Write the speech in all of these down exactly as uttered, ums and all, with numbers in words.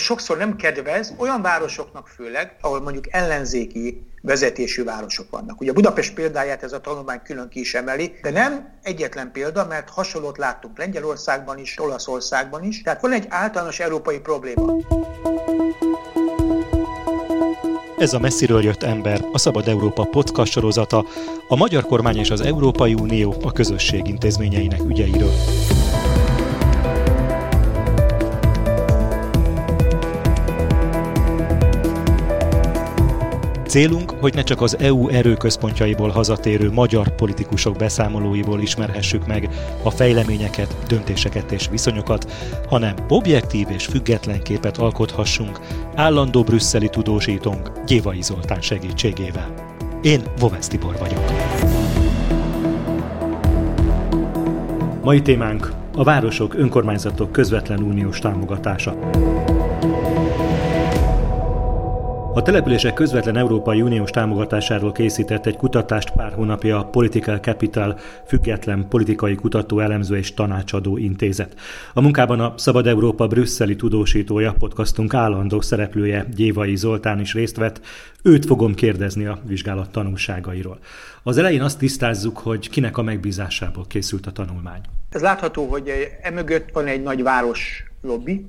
sokszor nem kedvez olyan városoknak főleg, ahol mondjuk ellenzéki vezetésű városok vannak. Ugye Budapest példáját ez a tanulmány külön ki is emeli, de nem egyetlen példa, mert hasonlót láttunk Lengyelországban is, Olaszországban is. Tehát van egy általános európai probléma. Ez a Messziről jött ember, a Szabad Európa podcast sorozata, a magyar kormány és az Európai Unió a közösség intézményeinek ügyeiről. Célunk, hogy ne csak az é u erőközpontjaiból hazatérő magyar politikusok beszámolóiból ismerhessük meg a fejleményeket, döntéseket és viszonyokat, hanem objektív és független képet alkothassunk állandó brüsszeli tudósítónk Gyévai Zoltán segítségével. Én Vovesz Tibor vagyok. Mai témánk a városok, önkormányzatok közvetlen uniós támogatása. A települések közvetlen Európai Uniós támogatásáról készített egy kutatást pár hónapja a Political Capital független politikai kutató, elemző és tanácsadó intézet. A munkában a Szabad Európa brüsszeli tudósítója, podcastunk állandó szereplője Gyévai Zoltán is részt vett. Őt fogom kérdezni a vizsgálat tanulságairól. Az elején azt tisztázzuk, hogy kinek a megbízásából készült a tanulmány. Ez látható, hogy emögött van egy nagy város lobby,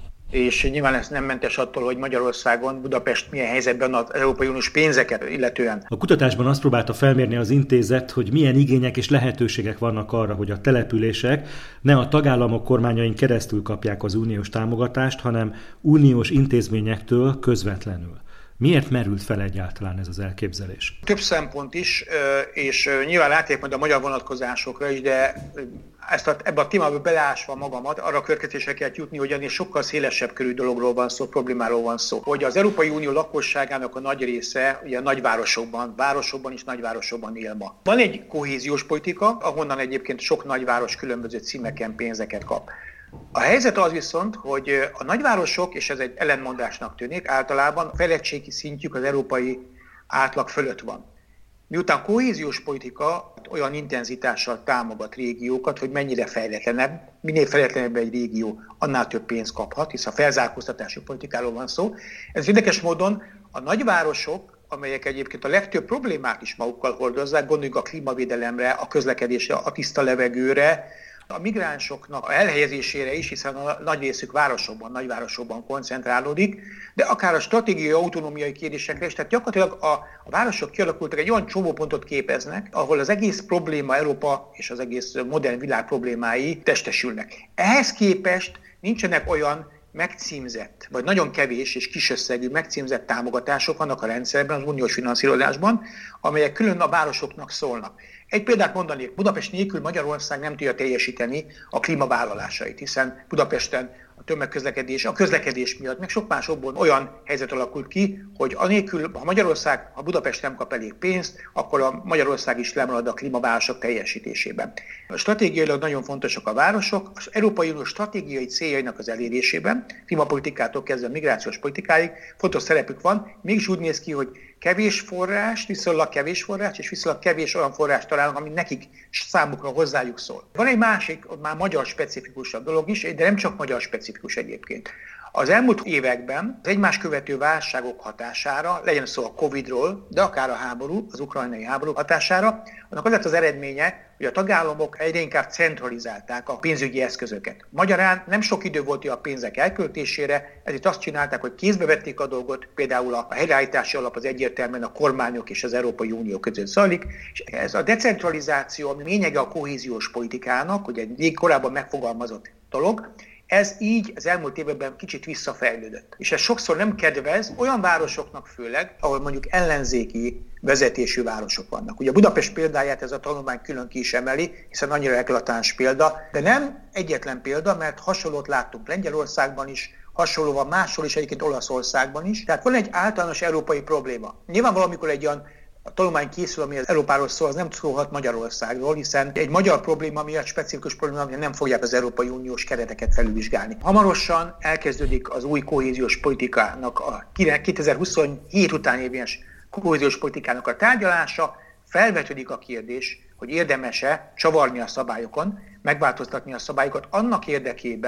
és nyilván ez nem mentes attól, hogy Magyarországon, Budapest milyen helyzetben az Európai Uniós pénzeket illetően. A kutatásban azt próbálta felmérni az intézet, hogy milyen igények és lehetőségek vannak arra, hogy a települések ne a tagállamok kormányain keresztül kapják az uniós támogatást, hanem uniós intézményektől közvetlenül. Miért merült fel egyáltalán ez az elképzelés? Több szempont is, és nyilván rátérek majd a magyar vonatkozásokra is, de ezt a, ebbe a témába beleásva magamat, arra következésre kell jutni, hogy ennél sokkal szélesebb körű dologról van szó, problémáról van szó. Hogy az Európai Unió lakosságának a nagy része ugye a nagyvárosokban, városokban és nagyvárosokban él ma. Van egy kohéziós politika, ahonnan egyébként sok nagyváros különböző címeken pénzeket kap. A helyzet az viszont, hogy a nagyvárosok, és ez egy ellentmondásnak tűnik, általában a fejlettségi szintjük az európai átlag fölött van. Miután kohéziós politika olyan intenzitással támogat régiókat, hogy mennyire fejletlenebb, minél fejletlenebb egy régió, annál több pénzt kaphat, hisz a felzárkóztatási politikáról van szó. Ez érdekes módon a nagyvárosok, amelyek egyébként a legtöbb problémát is magukkal hordozzák, gondoljunk a klímavédelemre, a közlekedésre, a tiszta levegőre, a migránsoknak a elhelyezésére is, hiszen a nagy részük városokban, nagyvárosokban koncentrálódik, de akár a stratégiai autonómiai kérdésekre is, tehát gyakorlatilag a, a városok kialakultak, egy olyan csomópontot képeznek, ahol az egész probléma, Európa és az egész modern világ problémái testesülnek. Ehhez képest nincsenek olyan megcímzett, vagy nagyon kevés és kis összegű megcímzett támogatások vannak a rendszerben, az uniós finanszírozásban, amelyek külön a városoknak szólnak. Egy példát mondanék, Budapest nélkül Magyarország nem tudja teljesíteni a klímavállalásait, hiszen Budapesten a tömegközlekedés, a közlekedés miatt, meg sok más okból olyan helyzet alakult ki, hogy anélkül, ha Magyarország, ha Budapest nem kap elég pénzt, akkor a Magyarország is lemarad a klímavállalások teljesítésében. A stratégiailag nagyon fontosak a városok, az Európai Unió stratégiai céljainak az elérésében, klímapolitikától kezdve a migrációs politikáig fontos szerepük van, mégis úgy néz ki, hogy kevés forrás, viszonylag kevés forrás, és viszonylag kevés olyan forrás találnak, ami nekik számukra hozzájuk szól. Van egy másik, már magyar specifikusabb dolog is, de nem csak magyar specifikus egyébként. Az elmúlt években az egymás követő válságok hatására, legyen szó a Covidról, de akár a háború, az ukrajnai háború hatására, annak az lett az eredménye, hogy a tagállamok egyre inkább centralizálták a pénzügyi eszközöket. Magyarán nem sok idő volt a pénzek elköltésére, ezért azt csinálták, hogy kézbe vették a dolgot, például a helyreállítási alap az egyértelműen a kormányok és az Európai Unió között zajlik, és ez a decentralizáció, ami lényege a kohéziós politikának, ugye egy korábban megfogalmazott dolog, ez így az elmúlt években kicsit visszafejlődött. És ez sokszor nem kedvez olyan városoknak főleg, ahol mondjuk ellenzéki vezetésű városok vannak. Ugye Budapest példáját ez a tanulmány külön ki is emeli, hiszen annyira eklatáns példa, de nem egyetlen példa, mert hasonlót láttunk Lengyelországban is, hasonló van máshol is, egyébként Olaszországban is. Tehát van egy általános európai probléma. Nyilván valamikor egy olyan a tanulmány készül, ami az Európáról szól, az nem szólhat Magyarországról, hiszen egy magyar probléma miatt specifikus probléma, ami nem fogják az Európai Uniós kereteket felülvizsgálni. Hamarosan elkezdődik az új kohéziós politikának, a kétezer-huszonhét után érvényes kohéziós politikának a tárgyalása, felvetődik a kérdés, hogy érdemes-e csavarni a szabályokon, megváltoztatni a szabályokat annak érdekében,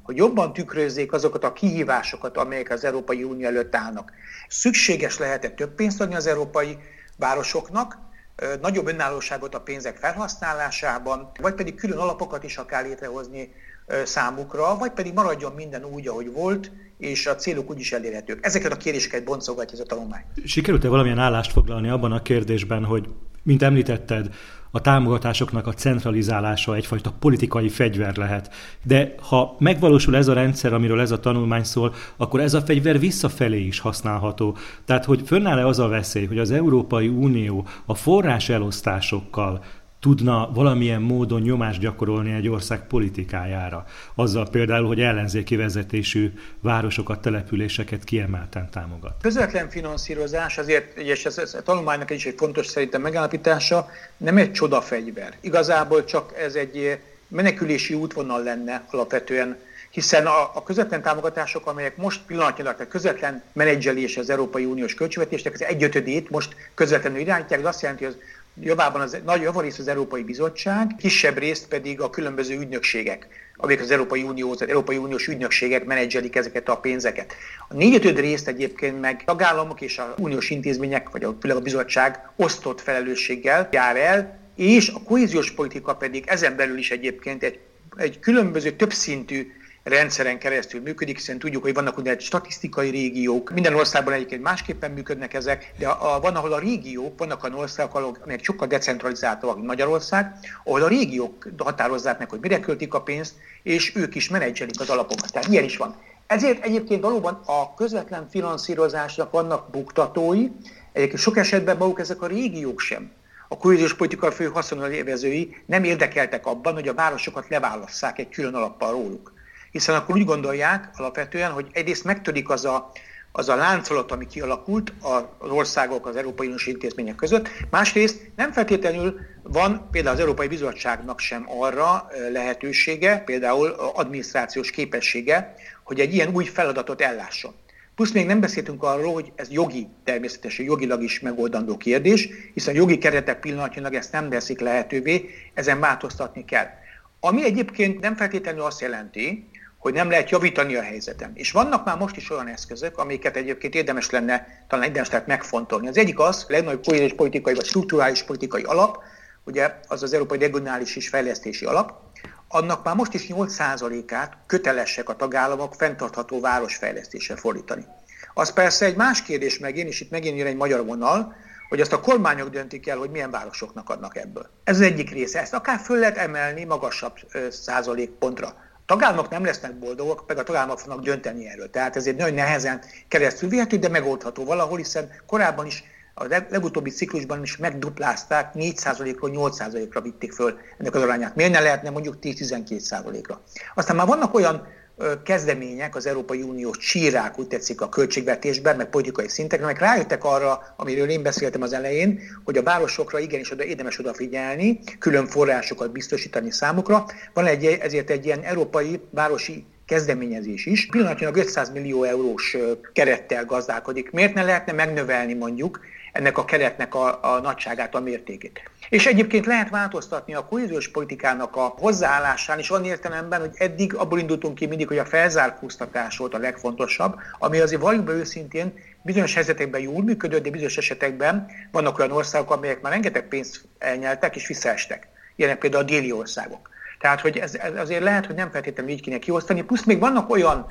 hogy jobban tükrözzék azokat a kihívásokat, amelyek az Európai Unió előtt állnak. Szükséges lehet-e több pénzt adni az európai városoknak, nagyobb önállóságot a pénzek felhasználásában, vagy pedig külön alapokat is akár létrehozni számukra, vagy pedig maradjon minden úgy, ahogy volt, és a célok úgyis elérhetők. Ezeket a kérdéseket boncolgatja ez a tanulmány. Sikerült-e valamilyen állást foglalni abban a kérdésben, hogy, mint említetted, a támogatásoknak a centralizálása egyfajta politikai fegyver lehet. De ha megvalósul ez a rendszer, amiről ez a tanulmány szól, akkor ez a fegyver visszafelé is használható. Tehát, hogy fönnáll-e az a veszély, hogy az Európai Unió a forrás elosztásokkal tudna valamilyen módon nyomást gyakorolni egy ország politikájára. Azzal például, hogy ellenzéki vezetésű városokat, településeket kiemelten támogat. Közvetlen finanszírozás azért, és ez, ez a tanulmánynak is egy fontos szerintem megállapítása, nem egy csodafegyver. Igazából csak ez egy menekülési útvonal lenne alapvetően, hiszen a, a közvetlen támogatások, amelyek most pillanatnyilag, tehát közvetlen menedzselése az Európai Uniós költségvetésnek, az egyötödét most közvetlenül irányítják, ez azt jelenti, hogy javában az, nagy javarészt az Európai Bizottság, kisebb részt pedig a különböző ügynökségek, amik az Európai Unió, az Európai Uniós ügynökségek menedzselik ezeket a pénzeket. A négyötöd részt egyébként meg tagállamok és az uniós intézmények, vagy a, a bizottság osztott felelősséggel jár el, és a kohéziós politika pedig ezen belül is egyébként egy, egy különböző többszintű rendszeren keresztül működik, hiszen tudjuk, hogy vannak ugye statisztikai régiók, minden országban egyébként másképpen működnek ezek, de a, a, van, ahol a régiók, vannak olyan országok, amelyek sokkal decentralizáltabbak, mint Magyarország, ahol a régiók határozzák meg, hogy mire költik a pénzt, és ők is menedzselik az alapokat. Tehát ilyen is van. Ezért egyébként valóban a közvetlen finanszírozásnak vannak buktatói, egyébként sok esetben maguk ezek a régiók sem. A kohéziós politika fő haszonélvezői nem érdekeltek abban, hogy a városokat leválasszák egy külön alappal róluk. Hiszen akkor úgy gondolják alapvetően, hogy egyrészt megtörik az a, az a láncolat, ami kialakult az országok, az Európai Uniós intézmények között, másrészt nem feltétlenül van például az Európai Bizottságnak sem arra lehetősége, például adminisztrációs képessége, hogy egy ilyen új feladatot ellásson. Plusz még nem beszéltünk arról, hogy ez jogi, természetesen jogilag is megoldandó kérdés, hiszen jogi keretek pillanatnyilag ezt nem teszik lehetővé, ezen változtatni kell. Ami egyébként nem feltétlenül azt jelenti, hogy nem lehet javítani a helyzeten. És vannak már most is olyan eszközök, amiket egyébként érdemes lenne, talán érdemes lehet megfontolni. Az egyik az, a legnagyobb kohéziós politikai vagy strukturális politikai alap, ugye az az Európai Regionális és Fejlesztési Alap, annak már most is nyolc százalékát kötelesek a tagállamok fenntartható városfejlesztésre fordítani. Az persze egy más kérdés megint, és itt megint jön egy magyar vonal, hogy azt a kormányok döntik el, hogy milyen városoknak adnak ebből. Ez az egyik része. Ezt akár föl lehet emelni magasabb százalékpontra. A tagállamok nem lesznek boldogok, meg a tagállamok fognak dönteni erről. Tehát ezért nagyon nehezen keresztül vihető, de megoldható valahol, hiszen korábban is, a legutóbbi ciklusban is megduplázták, négy százalékról nyolc százalékra vitték föl ennek az arányát. Miért ne lehetne mondjuk tíz-tizenkét százalékra? Aztán már vannak olyan kezdemények, az Európai Uniós csírák, úgy tetszik a költségvetésben, meg politikai szinten, amelyek rájöttek arra, amiről én beszéltem az elején, hogy a városokra igenis oda, érdemes odafigyelni, külön forrásokat biztosítani számukra. Van egy, ezért egy ilyen európai városi kezdeményezés is. Pillanatnyilag ötszáz millió eurós kerettel gazdálkodik. Miért ne lehetne megnövelni mondjuk ennek a keretnek a, a nagyságát, a mértékét? És egyébként lehet változtatni a kohéziós politikának a hozzáállásán is olyan értelemben, hogy eddig abból indultunk ki mindig, hogy a felzárkóztatás volt a legfontosabb, ami azért valljuk be őszintén bizonyos helyzetekben jól működött, de bizonyos esetekben vannak olyan országok, amelyek már rengeteg pénzt elnyeltek és visszaestek. Ilyenek például a déli országok. Tehát, hogy ez, ez azért lehet, hogy nem feltétlenül így kéne kiosztani. Plusz még vannak olyan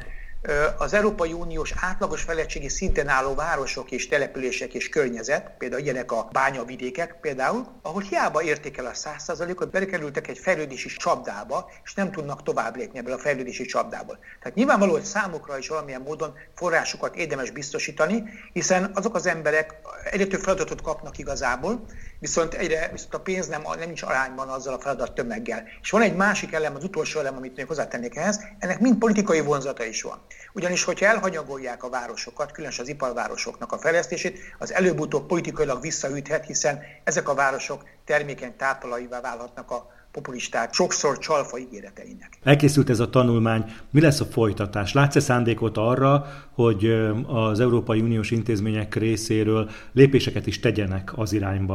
az Európai Uniós átlagos fejlettségi szinten álló városok és települések és környezet, például ilyenek a bányavidékek például, ahol hiába érték el a száz százalékot, belekerültek egy fejlődési csapdába, és nem tudnak tovább lépni ebből a fejlődési csapdából. Tehát nyilvánvaló, hogy számukra is valamilyen módon forrásokat érdemes biztosítani, hiszen azok az emberek egyre több feladatot kapnak igazából, viszont, egyre, viszont a pénz nem, nem nincs arányban azzal a feladat tömeggel. És van egy másik elem, az utolsó elem, amit még hozzátennék ehhez, ennek mind politikai vonzata is van. Ugyanis, hogyha elhanyagolják a városokat, különösen az iparvárosoknak a fejlesztését, az előbb-utóbb politikailag visszaüthet, hiszen ezek a városok termékeny táptalaivá válhatnak a populisták sokszor csalfa ígéreteinek. Elkészült ez a tanulmány, mi lesz a folytatás? Látsz-e szándékot arra, hogy az Európai Uniós intézmények részéről lépéseket is tegyenek az irányba,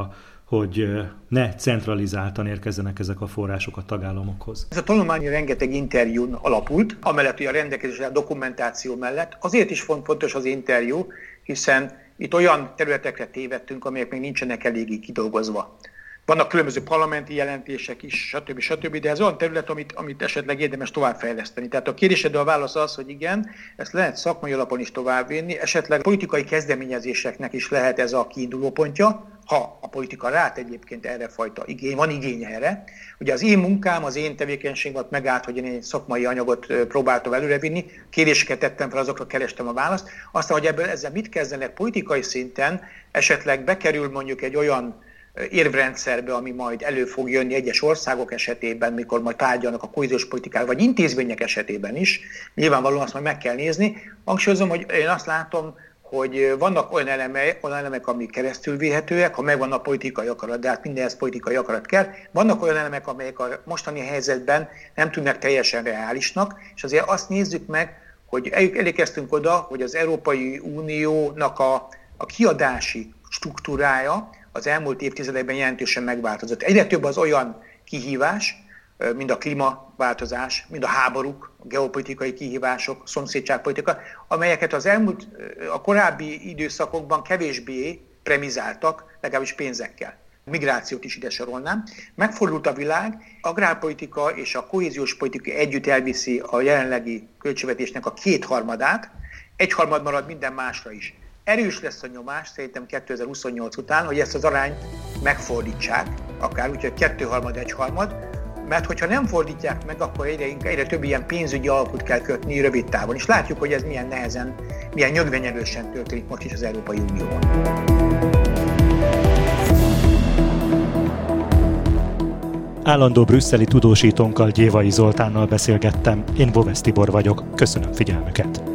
hogy ne centralizáltan érkezzenek ezek a források a tagállamokhoz? Ez a tanulmány rengeteg interjún alapult, amellett, hogy a rendelkezésre a dokumentáció mellett. Azért is fontos az interjú, hiszen itt olyan területekre tévedtünk, amelyek még nincsenek eléggé kidolgozva. Vannak különböző parlamenti jelentések is, stb. stb., de ez olyan terület, amit, amit esetleg érdemes továbbfejleszteni. Tehát a kérdésedre a válasz az, hogy igen, ezt lehet szakmai alapon is továbbvinni, esetleg politikai kezdeményezéseknek is lehet ez a kiinduló pontja, ha a politika rát egyébként erre fajta igény, van igény erre. Ugye az én munkám, az én tevékenységem megállt, hogy én egy szakmai anyagot próbáltam előrevinni, kérdéseket tettem fel, azokra kerestem a választ. Aztán, hogy ebből ezzel mit kezdenek politikai szinten, esetleg bekerül mondjuk egy olyan érvrendszerbe, ami majd elő fog jönni egyes országok esetében, mikor majd tárgyalnak a kohéziós politikáról, vagy intézmények esetében is. Nyilvánvalóan azt majd meg kell nézni. Hangsúlyozom, hogy én azt látom, hogy vannak olyan elemek, olyan elemek, amik keresztül vihetőek, ha megvan a politikai akarat, de hát mindenhez politikai akarat kell. Vannak olyan elemek, amelyek a mostani helyzetben nem tűnnek teljesen reálisnak, és azért azt nézzük meg, hogy elérkeztünk oda, hogy az Európai Uniónak a, a kiadási struktúrája az elmúlt évtizedekben jelentősen megváltozott. Egyre több az olyan kihívás, mind a klímaváltozás, mind a háborúk, a geopolitikai kihívások, szomszédságpolitika, amelyeket az elmúlt, a korábbi időszakokban kevésbé premizáltak, legalábbis pénzekkel. Migrációt is ide sorolnám. Megfordult a világ, agrárpolitika és a kohéziós politika együtt elviszi a jelenlegi költségvetésnek a kétharmadát, egyharmad marad minden másra is. Erős lesz a nyomás, szerintem kétezer-huszonnyolc után, hogy ezt az arányt megfordítsák, akár úgy, hogy kettőharmad, egyharmad, mert hogyha nem fordítják meg, akkor egyre, egyre több ilyen pénzügyi alkut kell kötni rövid távon. És látjuk, hogy ez milyen nehezen, milyen nyögvenyelősen történik most is az Európai Unióban. Állandó brüsszeli tudósítónkkal, Gyévai Zoltánnal beszélgettem, én Bovesz Tibor vagyok, köszönöm figyelmüket!